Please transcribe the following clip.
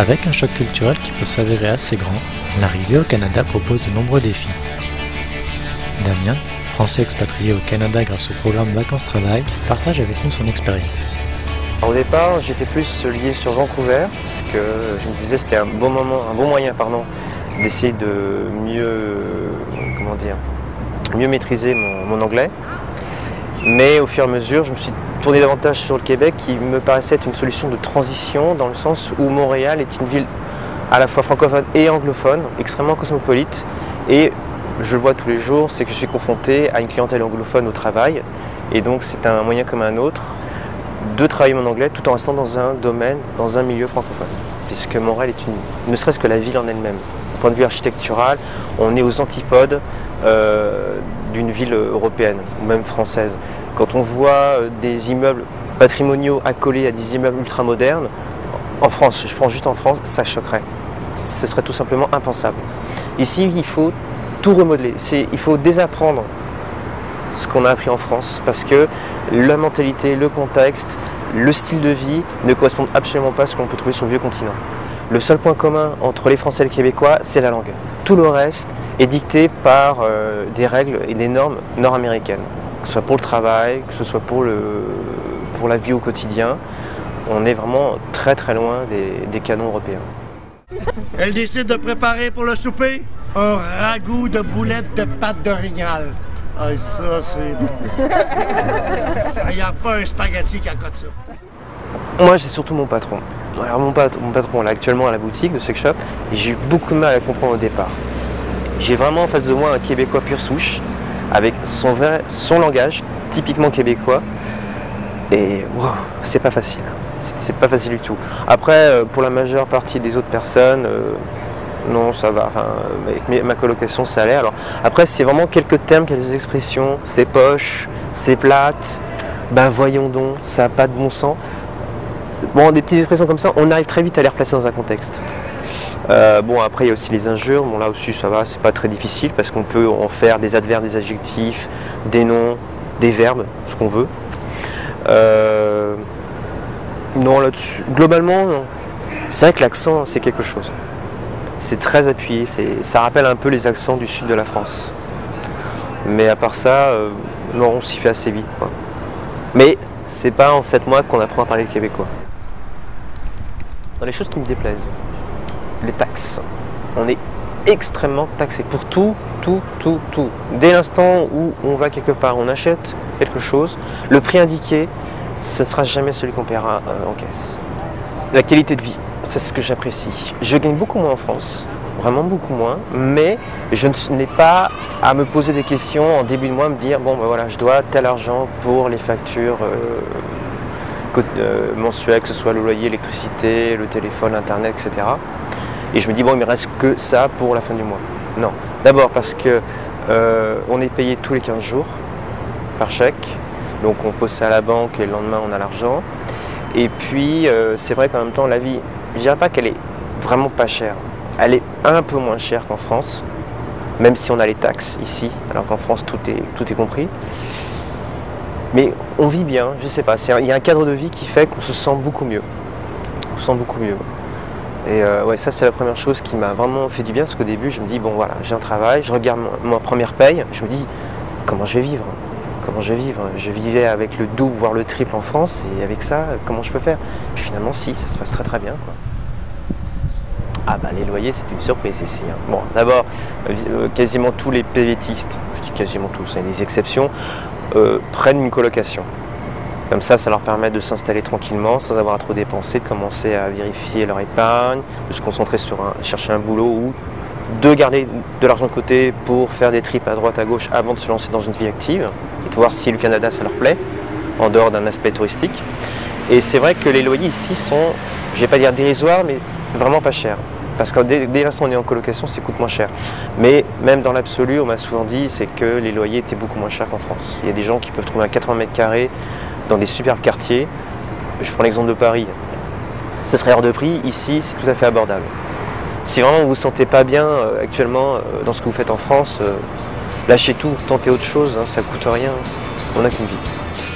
Avec un choc culturel qui peut s'avérer assez grand, l'arrivée au Canada propose de nombreux défis. Damien, français expatrié au Canada grâce au programme Vacances-Travail, partage avec nous son expérience. Au départ, j'étais plus lié sur Vancouver, parce que je me disais que c'était un bon moyen d'essayer de mieux maîtriser mon anglais. Mais au fur et à mesure, je me suis tourné davantage sur le Québec, qui me paraissait être une solution de transition, dans le sens où Montréal est une ville à la fois francophone et anglophone, extrêmement cosmopolite. Et je le vois tous les jours, c'est que je suis confronté à une clientèle anglophone au travail. Et donc c'est un moyen comme un autre de travailler mon anglais tout en restant dans un domaine, dans un milieu francophone. Puisque Montréal est ne serait-ce que la ville en elle-même. Du point de vue architectural, on est aux antipodes d'une ville européenne ou même française. Quand on voit des immeubles patrimoniaux accolés à des immeubles ultramodernes, en France, je prends juste en France, ça choquerait. Ce serait tout simplement impensable. Ici, il faut tout remodeler. Il faut désapprendre ce qu'on a appris en France parce que la mentalité, le contexte, le style de vie ne correspondent absolument pas à ce qu'on peut trouver sur le vieux continent. Le seul point commun entre les Français et les Québécois, c'est la langue. Tout le reste est dicté par des règles et des normes nord-américaines, que ce soit pour le travail, que ce soit pour la vie au quotidien. On est vraiment très très loin des canons européens. Elle décide de préparer pour le souper un ragoût de boulettes de pâte d'orignal. Ah, ça, c'est bon. Il n'y a pas un spaghetti qui accote ça. Moi, j'ai surtout mon patron. Alors, mon patron, là, actuellement à la boutique de Sex Shop, j'ai eu beaucoup de mal à comprendre au départ. J'ai vraiment en face de moi un Québécois pure souche, avec son langage, typiquement québécois. Et wow, c'est pas facile. C'est pas facile du tout. Après, pour la majeure partie des autres personnes, non, ça va. Enfin, avec ma colocation, ça allait. Alors, après, c'est vraiment quelques termes, quelques expressions. C'est poche, c'est plate, ben voyons donc, ça n'a pas de bon sens. Bon, des petites expressions comme ça, on arrive très vite à les replacer dans un contexte. Bon, après, il y a aussi les injures. Bon, là aussi, ça va, c'est pas très difficile parce qu'on peut en faire des adverbes, des adjectifs, des noms, des verbes, ce qu'on veut. Non, là-dessus, globalement, non. C'est vrai que l'accent, c'est quelque chose. C'est très appuyé, ça rappelle un peu les accents du sud de la France. Mais à part ça, non, on s'y fait assez vite, quoi. Mais c'est pas en 7 mois qu'on apprend à parler le québécois. Dans les choses qui me déplaisent, les taxes. On est extrêmement taxé pour tout. Dès l'instant où on va quelque part, on achète quelque chose, le prix indiqué, ce ne sera jamais celui qu'on paiera en caisse. La qualité de vie, c'est ce que j'apprécie. Je gagne beaucoup moins en France, vraiment beaucoup moins, mais je n'ai pas à me poser des questions en début de mois, me dire bon ben voilà, je dois tel argent pour les factures mensuelles, que ce soit le loyer, l'électricité, le téléphone, internet, etc. Et je me dis bon, il me reste que ça pour la fin du mois. Non, d'abord parce que on est payé tous les 15 jours par chèque. Donc on pose ça à la banque et le lendemain on a l'argent. Et puis c'est vrai qu'en même temps la vie, je dirais pas qu'elle est vraiment pas chère. Elle est un peu moins chère qu'en France, même si on a les taxes ici, alors qu'en France tout est compris. Mais on vit bien, je sais pas, il y a un cadre de vie qui fait qu'on se sent beaucoup mieux. On se sent beaucoup mieux. Et ouais, ça c'est la première chose qui m'a vraiment fait du bien, parce qu'au début je me dis bon voilà, j'ai un travail, je regarde ma première paye, je me dis comment je vais vivre. Comment je vais vivre? Je vivais avec le double, voire le triple en France, et avec ça, comment je peux faire? Puis finalement, si, ça se passe très très bien, quoi. Ah bah les loyers, c'est une surprise ici. Hein. Bon, d'abord, quasiment tous les PVTistes, je dis quasiment tous, il y a des exceptions, prennent une colocation. Comme ça leur permet de s'installer tranquillement, sans avoir à trop dépenser, de commencer à vérifier leur épargne, de se concentrer sur chercher un boulot ou de garder de l'argent de côté pour faire des trips à droite à gauche avant de se lancer dans une vie active et de voir si le Canada ça leur plaît en dehors d'un aspect touristique. Et c'est vrai que les loyers ici sont, je vais pas dire dérisoires, mais vraiment pas chers, parce que dès l'instant où on est en colocation, ça coûte moins cher. Mais même dans l'absolu, on m'a souvent dit c'est que les loyers étaient beaucoup moins chers qu'en France. Il y a des gens qui peuvent trouver un 80 mètres carrés dans des superbes quartiers. Je prends l'exemple de Paris, ce serait hors de prix. Ici c'est tout à fait abordable. Si vraiment vous ne vous sentez pas bien actuellement dans ce que vous faites en France, lâchez tout, tentez autre chose, hein, ça ne coûte rien, on n'a qu'une vie.